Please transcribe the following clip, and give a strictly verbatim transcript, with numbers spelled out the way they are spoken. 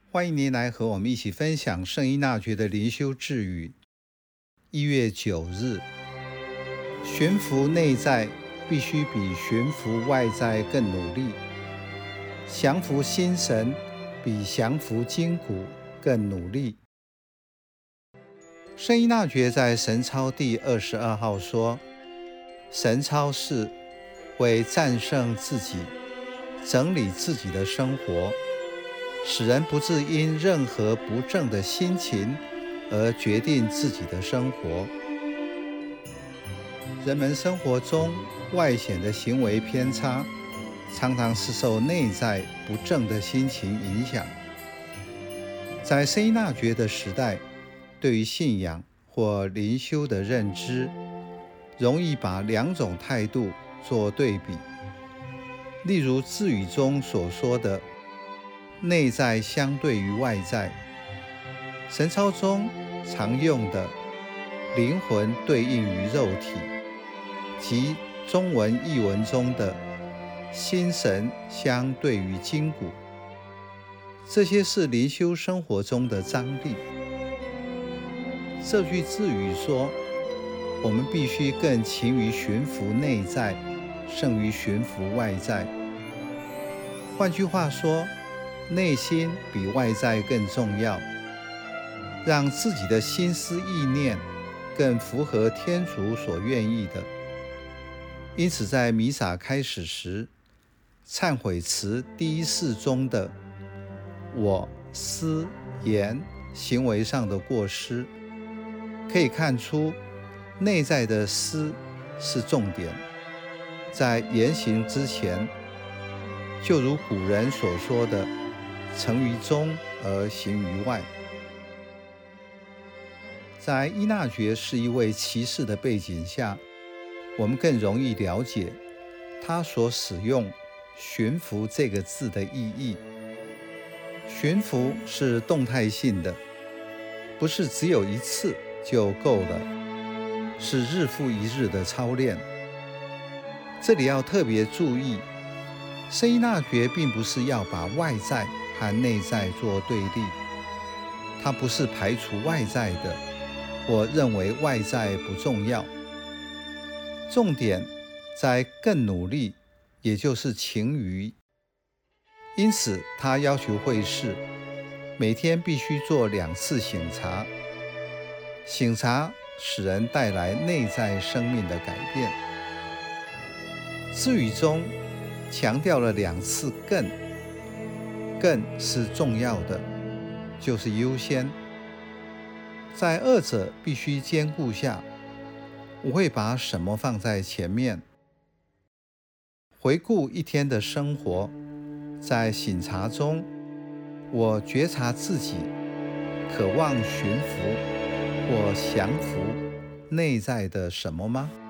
欢迎您来和我们一起分享圣依纳爵的灵修智语。一月九日，驯服内在必须比驯服外在更努力，降服心神比降服筋骨更努力。圣依纳爵在神操第二十二号说，神操是为战胜自己，整理自己的生活，使人不致因任何不正的心情而决定自己的生活。人们生活中外显的行为偏差，常常是受内在不正的心情影响。在圣依纳爵的时代，对于信仰或灵修的认知，容易把两种态度做对比。例如智语中所说的内在相对于外在，神操中常用的灵魂对应于肉体，及中文译文中的心神相对于筋骨，这些是灵修生活中的张力。这句智语说，我们必须更勤于驯服内在，胜于驯服外在。换句话说，内心比外在更重要，让自己的心思意念更符合天主所愿意的。因此在弥撒开始时，忏悔词第一式中的我思言行为上的过失，可以看出内在的思是重点，在言行之前，就如古人所说的成于中而行于外。在依纳爵是一位骑士的背景下，我们更容易了解他所使用驯服这个字的意义。驯服是动态性的，不是只有一次就够了，是日复一日的操练。这里要特别注意，圣依纳爵并不是要把外在和内在做对立，他不是排除外在的，我认为外在不重要。重点在更努力，也就是勤于。因此他要求会士每天必须做两次省察，省察使人带来内在生命的改变。智语中强调了两次更，更是重要的，就是优先。在二者必须兼顾下，我会把什么放在前面？回顾一天的生活，在省察中，我觉察自己渴望驯服或降服内在的什么吗？